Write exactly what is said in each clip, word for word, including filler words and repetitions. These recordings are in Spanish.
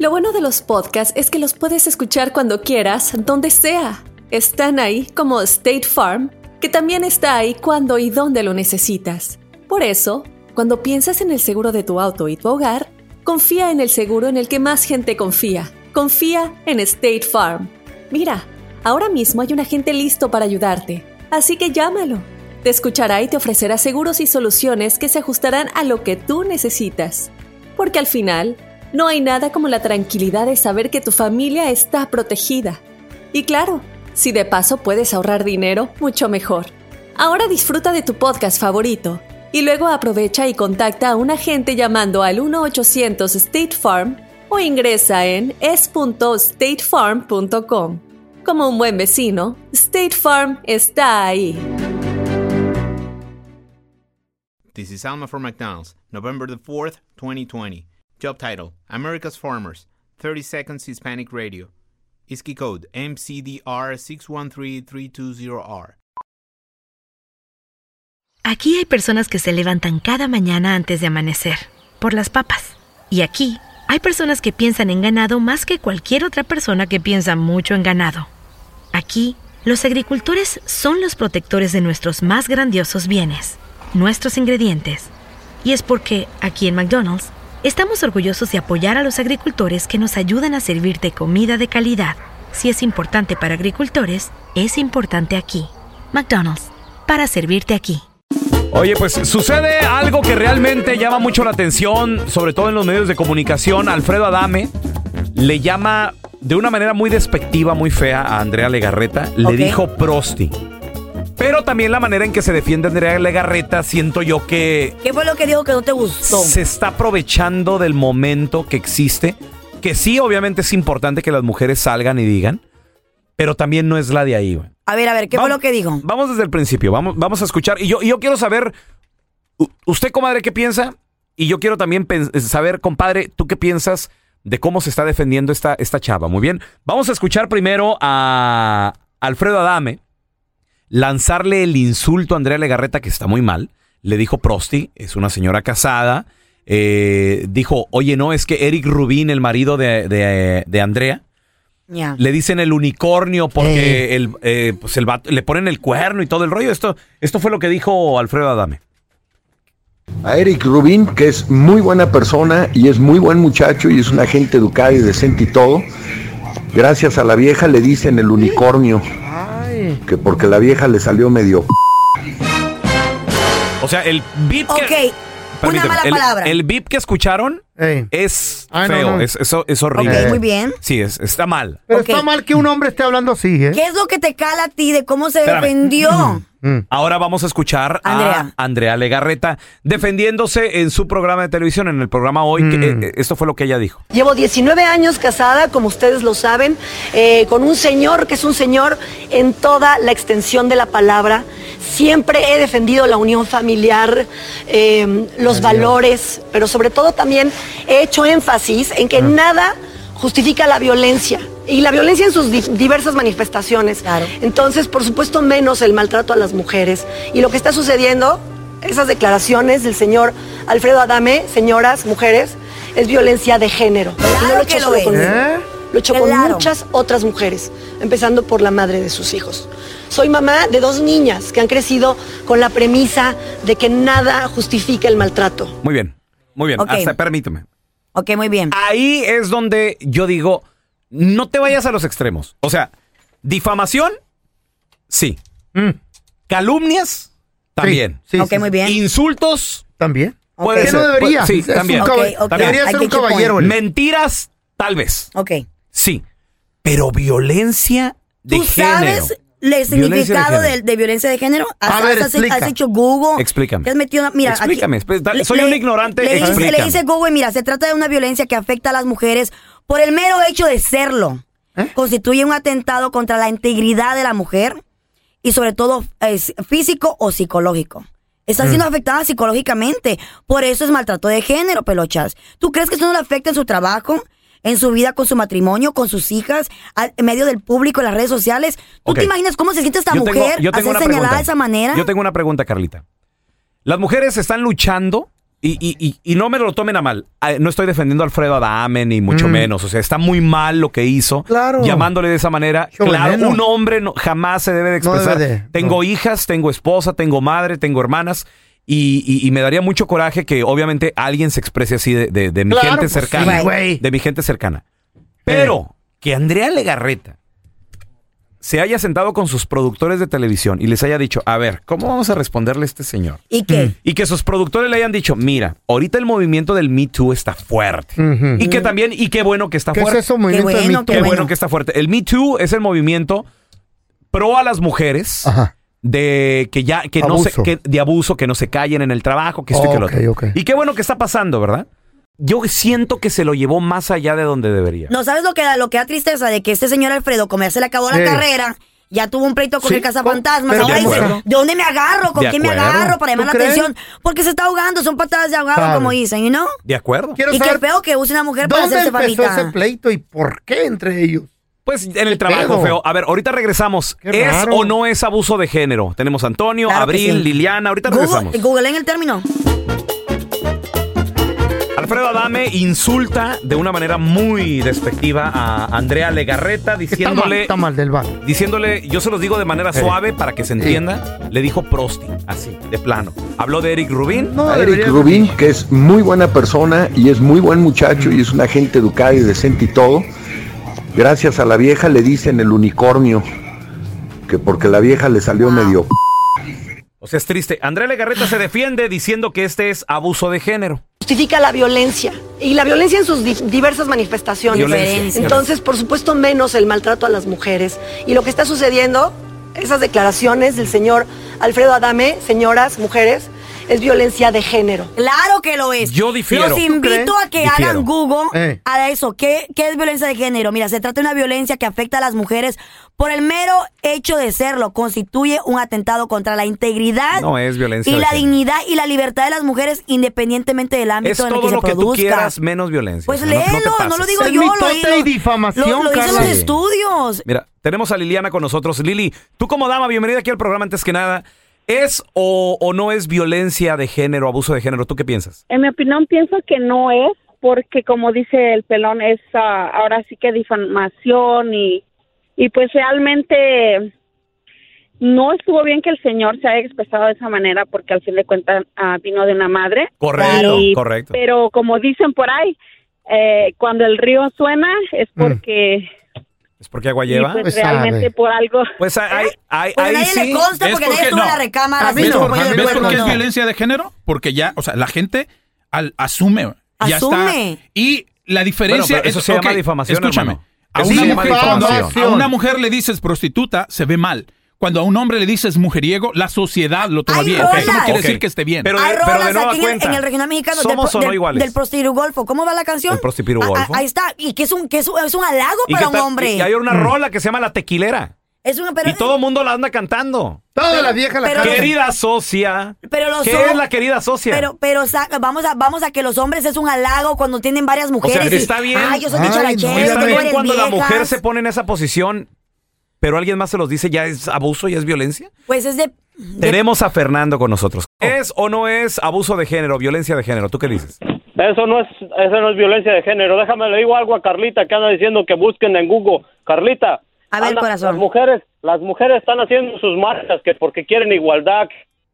Lo bueno de los podcasts es que los puedes escuchar cuando quieras, donde sea. Están ahí como State Farm, que también está ahí cuando y donde lo necesitas. Por eso, cuando piensas en el seguro de tu auto y tu hogar, confía en el seguro en el que más gente confía. Confía en State Farm. Mira, ahora mismo hay un agente listo para ayudarte, así que llámalo. Te escuchará y te ofrecerá seguros y soluciones que se ajustarán a lo que tú necesitas. Porque al final, no hay nada como la tranquilidad de saber que tu familia está protegida. Y claro, si de paso puedes ahorrar dinero, mucho mejor. Ahora disfruta de tu podcast favorito y luego aprovecha y contacta a un agente llamando al uno ochocientos State Farm o ingresa en es punto state farm punto com. Como un buen vecino, State Farm está ahí. This is Alma for McDonald's, November the fourth, twenty twenty. Job title, America's Farmers, thirty seconds Hispanic Radio. I S K I code, M C D R six one three three two zero R. Aquí hay personas que se levantan cada mañana antes de amanecer, por las papas. Y aquí hay personas que piensan en ganado más que cualquier otra persona que piensa mucho en ganado. Aquí, los agricultores son los protectores de nuestros más grandiosos bienes, nuestros ingredientes. Y es porque, aquí en McDonald's, estamos orgullosos de apoyar a los agricultores que nos ayudan a servirte comida de calidad. Si es importante para agricultores, es importante aquí. McDonald's, para servirte aquí. Oye, pues sucede algo que realmente llama mucho la atención, sobre todo en los medios de comunicación. Alfredo Adame le llama de una manera muy despectiva, muy fea a Andrea Legarreta. Le Okay. dijo prosti. Pero también la manera en que se defiende Andrea Legarreta, siento yo que ¿Qué fue lo que dijo que no te gustó? se está aprovechando del momento que existe. Que sí, obviamente es importante que las mujeres salgan y digan, pero también no es la de ahí, güey. A ver, a ver, ¿qué Vamos- fue lo que dijo? Vamos desde el principio, vamos, vamos a escuchar. Y yo, y yo quiero saber, u- usted, comadre, ¿qué piensa? Y yo quiero también pen- saber, compadre, ¿tú qué piensas de cómo se está defendiendo esta, esta chava? Muy bien, vamos a escuchar primero a Alfredo Adame lanzarle el insulto a Andrea Legarreta, que está muy mal. Le dijo prosti, es una señora casada. Eh, dijo, oye, no, es que Eric Rubin, el marido de, de, de Andrea, Ya. le dicen el unicornio porque el, eh, pues el vato- le ponen el cuerno y todo el rollo. Esto, esto fue lo que dijo Alfredo Adame. A Eric Rubin, que es muy buena persona y es muy buen muchacho y es una gente educada y decente y todo, gracias a la vieja le dicen el unicornio, que porque la vieja le salió medio... O sea, el beep Ok, que... una Permíteme, mala el, palabra. el beep que escucharon Ey. es Ay, no, feo, no. Es, es, es horrible. Ok, muy bien. Sí, es, está mal. Pero Ok. está mal que un hombre esté hablando así, ¿eh? ¿Qué es lo que te cala a ti de cómo se Espérame. defendió? Mm. Ahora vamos a escuchar Andrea. a Andrea Legarreta defendiéndose en su programa de televisión, en el programa Hoy. Mm. Que, eh, esto fue lo que ella dijo. Llevo diecinueve años casada, como ustedes lo saben, eh, con un señor que es un señor en toda la extensión de la palabra. Siempre he defendido la unión familiar, eh, los valores, pero sobre todo también he hecho énfasis en que nada justifica la violencia. Y la violencia en sus di- diversas manifestaciones. Claro. Entonces, por supuesto, menos el maltrato a las mujeres. Y lo que está sucediendo, esas declaraciones del señor Alfredo Adame, señoras, mujeres, es violencia de género. Claro Y no lo he hecho que lo solo es. conmigo. ¿Eh? Lo he hecho Claro. con muchas otras mujeres, empezando por la madre de sus hijos. Soy mamá de dos niñas que han crecido con la premisa de que nada justifica el maltrato. Muy bien, muy bien. Ok. Hasta permíteme. Ok, muy bien. Ahí es donde yo digo, no te vayas a los extremos. O sea, difamación, sí. Mm. Calumnias, también. Sí, Ok, sí, muy bien. Insultos, También. puede ¿Qué ser. no debería? Puede- sí, Es también. un caba- Ok, ok. Debería I ser un get your caballero. point. él. Mentiras, tal vez. Ok. Sí. Pero violencia de ¿Tú género. sabes el Violencia de significado género. de, de violencia de género? A ¿Has, ver, has- explica. has hecho Google? Explícame. ¿Te has metido una- mira, aquí- Explícame, espe- da- le- soy le- un ignorante, Le dice, explícame. le dice Google, mira, se trata de una violencia que afecta a las mujeres por el mero hecho de serlo. ¿Eh? Constituye un atentado contra la integridad de la mujer y sobre todo es físico o psicológico. Están siendo afectadas psicológicamente. Por eso es maltrato de género, pelochas. ¿Tú crees que eso no le afecta en su trabajo, en su vida con su matrimonio, con sus hijas, al- en medio del público, en las redes sociales? ¿Tú Ok. te imaginas cómo se siente esta Yo tengo- mujer yo a tengo ser una señalada pregunta. de esa manera? Yo tengo una pregunta, Carlita. Las mujeres están luchando Y, y, y, y no me lo tomen a mal. No estoy defendiendo a Alfredo Adame, ni mucho mm. menos. O sea, está muy mal lo que hizo. Claro. Llamándole de esa manera. Yo claro, veneno. un hombre no, jamás se debe de expresar. No debe de, tengo no. hijas, tengo esposa, tengo madre, tengo hermanas. Y, y, y me daría mucho coraje que obviamente alguien se exprese así de, de, de mi claro, gente pues cercana. Sí, de mi gente cercana. Pero eh. que Andrea Legarreta se haya sentado con sus productores de televisión y les haya dicho, a ver, ¿cómo vamos a responderle a este señor? ¿Y qué? Y que sus productores le hayan dicho, mira, ahorita el movimiento del Me Too está fuerte. Uh-huh. Y que también, y qué bueno que está ¿Qué fuerte. es eso, movimiento qué bueno, del Me Too? Qué bueno. bueno que está fuerte. El Me Too es el movimiento pro a las mujeres. Ajá. De que ya, que abuso. no se, que, de abuso, que no se callen en el trabajo, que esto oh, y que lo okay, otro. okay. Y qué bueno que está pasando, ¿verdad? Yo siento que se lo llevó más allá de donde debería. No, ¿sabes lo que da, lo que da tristeza? De que este señor Alfredo, como ya se le acabó sí. la carrera, ya tuvo un pleito con sí, el cazafantasmas. Ahora dice, ¿de dónde me agarro? ¿Con quién me agarro para llamar la crees? atención? Porque se está ahogando, son patadas de ahogado, ¿Sabe? Como dicen, ¿you know? De acuerdo. Quiero y qué feo que use una mujer para hacerse ¿dónde empezó falita? ese pleito y por qué entre ellos? Pues en el trabajo, feo. A ver, ahorita regresamos. ¿Es raro. o no es abuso de género? Tenemos a Antonio, claro Abril, sí. Liliana. Ahorita Google, regresamos. Google en el término. Alfredo Adame insulta de una manera muy despectiva a Andrea Legarreta diciéndole... Está mal, está mal del bar. Diciéndole, yo se los digo de manera hey. suave para que se entienda, hey. le dijo prosti, así, de plano. Habló de Eric Rubin. No, Eric Rubin, que es muy buena persona y es muy buen muchacho y es una gente educada y decente y todo. Gracias a la vieja le dicen el unicornio, que porque la vieja le salió medio... O sea, es triste. Andrea Legarreta se defiende diciendo que este es abuso de género. Justifica la violencia, y la violencia en sus di- diversas manifestaciones. Violencia. Entonces, por supuesto, menos el maltrato a las mujeres. Y lo que está sucediendo, esas declaraciones del señor Alfredo Adame, señoras, mujeres, es violencia de género. Claro que lo es. Yo difiero. Los invito a que difiero. hagan Google eh. a eso. ¿Qué, ¿Qué es violencia de género? Mira, se trata de una violencia que afecta a las mujeres por el mero hecho de serlo. Constituye un atentado contra la integridad no es violencia y de la género. dignidad y la libertad de las mujeres independientemente del ámbito es en el que se produzca. Es todo lo que tú quieras menos violencia. Pues o sea, léelo, no, no, no lo digo es yo. mitote Lo, y difamación, lo, lo dicen Carla. los Sí. estudios. Mira, tenemos a Liliana con nosotros. Lili, tú como dama, bienvenida aquí al programa antes que nada. ¿Es o, o no es violencia de género, abuso de género? ¿Tú qué piensas? En mi opinión, pienso que no es, porque como dice el pelón, es uh, ahora sí que difamación y, y pues realmente no estuvo bien que el señor se haya expresado de esa manera, porque al fin de cuentas uh, vino de una madre. Correcto, y, correcto. Pero como dicen por ahí, eh, cuando el río suena es porque... Mm. ¿Es porque agua lleva? Pues, pues realmente sabe. por algo. Pues hay, hay, Pues a ahí nadie sí. le consta porque nadie estuvo no. en la recámara. ¿Ves por, ¿Ves ¿ves por qué no. es violencia de género? Porque ya, o sea, la gente al, asume. Ya Asume. está. Y la diferencia bueno, eso es... se okay, llama difamación, escúchame. hermano. A Eso una, se llama mujer, cuando difamación. a una mujer le dices prostituta, se ve mal. Cuando a un hombre le dices mujeriego, la sociedad lo toma Ay, bien. rolas. Eso no quiere Ok. decir que esté bien. Pero, Hay de, pero rolas de nueva aquí en el, cuenta. en el regional mexicano ¿Somos del, o no del, iguales? del prostirugolfo. ¿Cómo va la canción? ¿El prostirugolfo? Ah, ah, ahí está. Y que es un, que es un, es un halago ¿Y para qué un tal? hombre. Y hay una rola que se llama La Tequilera. Es una, pero, Y todo el mundo la anda cantando. Toda la vieja la pero- cara. Querida socia. pero los ¿Qué hom- es la querida socia? Pero, pero sa- vamos a, vamos a que los hombres es un halago cuando tienen varias o mujeres. sea, y, está bien. Ay, yo soy Ay, dicharachera, no, yo Está tengo bien varias cuando la viejas. mujer se pone en esa posición, pero alguien más se los dice, ¿ya es abuso, ya es violencia? Pues es de... de- Tenemos a Fernando con nosotros. ¿Es o no es abuso de género, violencia de género? ¿Tú qué dices? Eso no es, eso no es violencia de género. Déjame le digo algo a Carlita que anda diciendo que busquen en Google. Carlita, A ver, anda, corazón. las mujeres, las mujeres están haciendo sus marchas que porque quieren igualdad,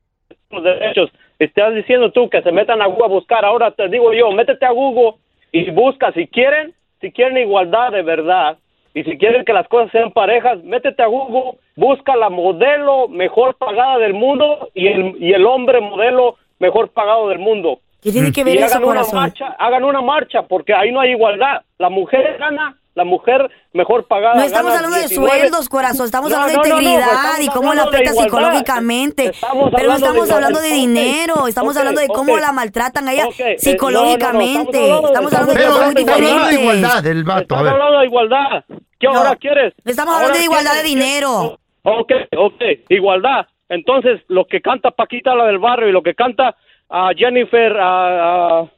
los derechos. Estás diciendo tú que se metan a Google a buscar. Ahora te digo yo, métete a Google y busca si quieren, si quieren igualdad de verdad y si quieren que las cosas sean parejas, métete a Google, busca la modelo mejor pagada del mundo y el y el hombre modelo mejor pagado del mundo. ¿Qué tiene que ver Y eso, hagan una corazón? marcha, hagan una marcha, porque ahí no hay igualdad. La mujer gana, la mujer mejor pagada. No estamos gana hablando de diecinueve. sueldos, corazón. Estamos No, hablando de no, no, no, integridad estamos y cómo la hablando de afecta igualdad. psicológicamente. Estamos Pero no hablando de estamos hablando de igualdad. dinero. Estamos Ok, hablando de cómo ok. la maltratan a ella Ok, eh, psicológicamente. no, no, no, estamos hablando de Pero cosas muy está hablando de diferentes. igualdad del vato. A Estamos ver. hablando de igualdad. ¿Qué No, ahora quieres? estamos Ahora hablando de igualdad de quieres- dinero. Ok, ok, igualdad. Entonces, lo que canta Paquita, la del barrio, y lo que canta a Jennifer, a, a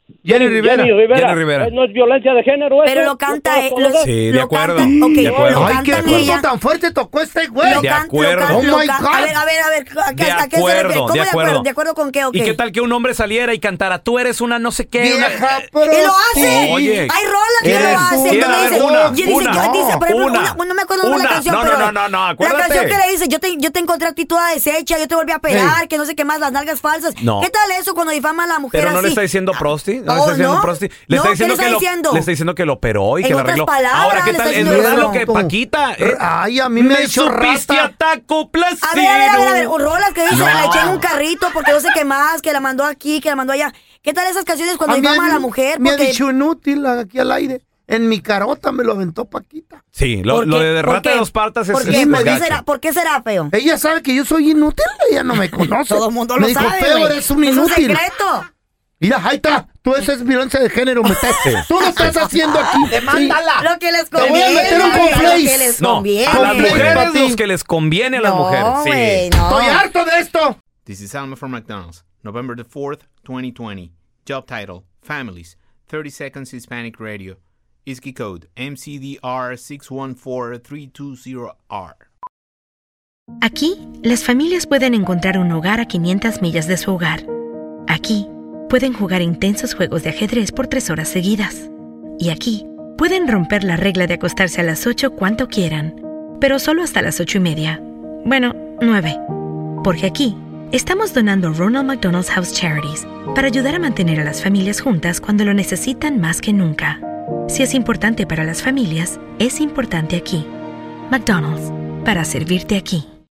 Jenny Rivera. Jenny Rivera. Jenny Rivera. Eh, No es violencia de género eso. Pero lo canta, ¿No eh, puedo lo- conocer? Sí, de lo acuerdo. canta- ok, De acuerdo. lo Ay, qué cantan cuerpo ella. tan fuerte tocó este güey. Lo De can- acuerdo. lo can- Oh lo my can- God. A ver, a ver, a ver. ¿A, qué- De a qué se refiere? acuerdo, ¿Cómo de acuerdo. ¿De acuerdo con qué o qué? ¿Y qué tal que un hombre saliera y cantara, tú eres una no sé qué? una- Vieja, Y lo hace. Sí. Oye. Hay rolas que Eres lo hacen. una. que le Dale dice, una, y dice, una, yo- dice, por ejemplo, una, una- no me acuerdo de una. la canción, No, no, pero no, no, no, la acuérdate. canción que le dice, yo te, yo te encontré a ti toda deshecha, yo te volví a pegar, Hey. que no sé qué más, las nalgas falsas. No. ¿Qué tal eso cuando difama a la mujer Pero no así? le está diciendo prosti, no le Oh, está diciendo ¿no? prosti. Le No, está ¿qué diciendo le está que lo, diciendo? le está diciendo que lo operó y En que lo otras arregló. palabras, Ahora, ¿qué le tal? está Es diciendo verdad eso. lo que Paquita. eh, Ay, a mí me, me hizo supiste rata. ataco placero. A ver, a ver, a ver, a ver, o rolas que dice, No. la eché en un carrito porque no sé qué más, que la mandó aquí, que la mandó allá. ¿Qué tal esas canciones cuando mí difama a la mujer? Me ha Porque dicho inútil aquí al aire. En mi carota me lo aventó Paquita. Sí, lo, ¿Por lo qué? de ¿Por rata qué? de dos patas es, ¿Por es, qué? es ¿Por qué gacho. será, ¿Por qué será feo? Ella sabe que yo soy inútil, ella no me conoce. Todo el mundo me lo dijo, sabe, feo, güey. eres un Es un inútil. secreto. Mira, ahí está. Tú esa es violencia de género, me estás- Tú lo estás haciendo aquí. Demándala. Lo que les Te voy a conviene. meter un güey, conflace. Lo que les No, conviene. a las Conflace mujeres para ti. los que les conviene a las No, mujeres. Sí. güey, no. Estoy harto de esto. This is Alma from McDonald's, November the fourth, twenty twenty. Job title, Families, thirty seconds Hispanic Radio. I S K I code, M C D R six one four three two zero R. Aquí, las familias pueden encontrar un hogar a quinientas millas de su hogar. Aquí, pueden jugar intensos juegos de ajedrez por tres horas seguidas. Y aquí, pueden romper la regla de acostarse a las ocho cuanto quieran, pero solo hasta las ocho y media. Bueno, nueve. Porque aquí, estamos donando Ronald McDonald's House Charities para ayudar a mantener a las familias juntas cuando lo necesitan más que nunca. Si es importante para las familias, es importante aquí. McDonald's, para servirte aquí.